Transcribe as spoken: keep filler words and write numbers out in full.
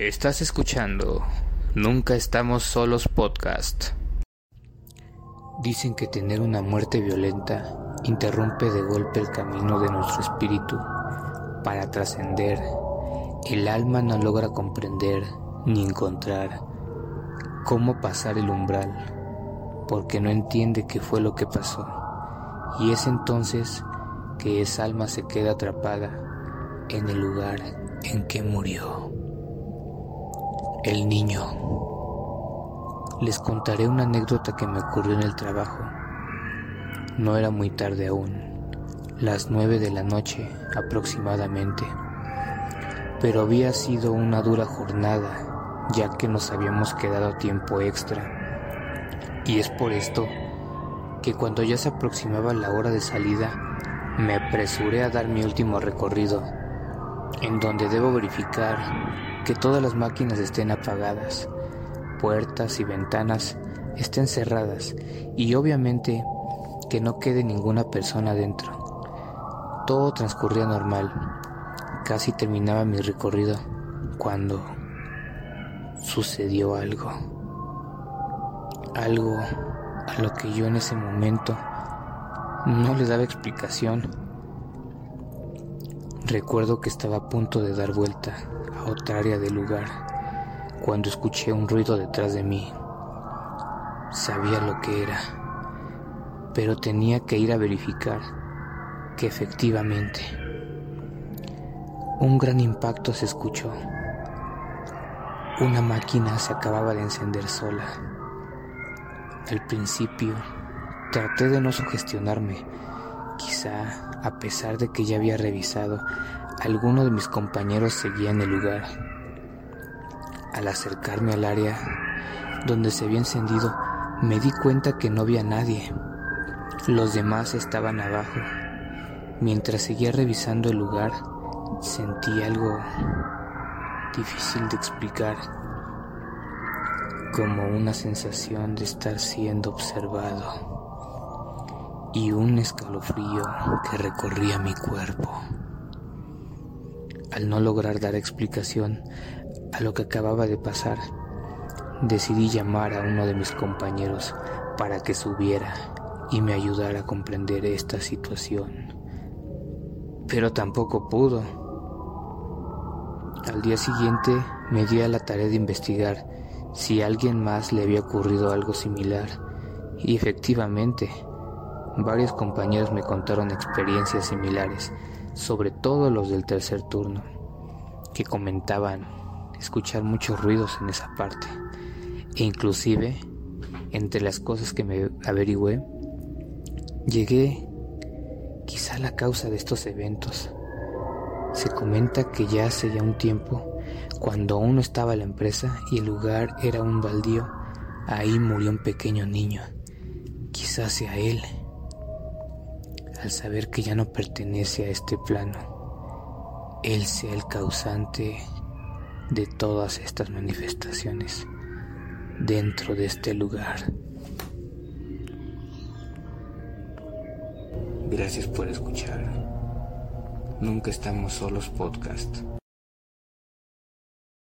Estás escuchando Nunca Estamos Solos Podcast. Dicen que tener una muerte violenta interrumpe de golpe el camino de nuestro espíritu. Para trascender, el alma no logra comprender ni encontrar cómo pasar el umbral, porque no entiende qué fue lo que pasó. Y es entonces que esa alma se queda atrapada en el lugar en que murió. El niño. Les contaré una anécdota que me ocurrió en el trabajo. No era muy tarde aún, las nueve de la noche aproximadamente, pero había sido una dura jornada, ya que nos habíamos quedado tiempo extra. Y es por esto que cuando ya se aproximaba la hora de salida, me apresuré a dar mi último recorrido, en donde debo verificar que todas las máquinas estén apagadas, puertas y ventanas estén cerradas y obviamente que no quede ninguna persona dentro. Todo transcurría normal. Casi terminaba mi recorrido cuando sucedió algo. Algo a lo que yo en ese momento no le daba explicación. Recuerdo que estaba a punto de dar vuelta a otra área del lugar cuando escuché un ruido detrás de mí. Sabía lo que era, pero tenía que ir a verificar que efectivamente un gran impacto se escuchó. Una máquina se acababa de encender sola. Al principio traté de no sugestionarme. Quizá, a pesar de que ya había revisado, alguno de mis compañeros seguía en el lugar. Al acercarme al área donde se había encendido, me di cuenta que no había nadie. Los demás estaban abajo. Mientras seguía revisando el lugar, sentí algo difícil de explicar, como una sensación de estar siendo observado y un escalofrío que recorría mi cuerpo. Al no lograr dar explicación a lo que acababa de pasar, decidí llamar a uno de mis compañeros para que subiera y me ayudara a comprender esta situación. Pero tampoco pudo. Al día siguiente me di a la tarea de investigar si a alguien más le había ocurrido algo similar, y efectivamente, varios compañeros me contaron experiencias similares, sobre todo los del tercer turno, que comentaban escuchar muchos ruidos en esa parte. E inclusive, entre las cosas que me averigüé, llegué quizá a la causa de estos eventos. Se comenta que ya hace ya un tiempo, cuando aún no estaba la empresa y el lugar era un baldío, ahí murió un pequeño niño. Quizás sea él. Al saber que ya no pertenece a este plano, él sea el causante de todas estas manifestaciones dentro de este lugar. Gracias por escuchar. Nunca Estamos Solos Podcast.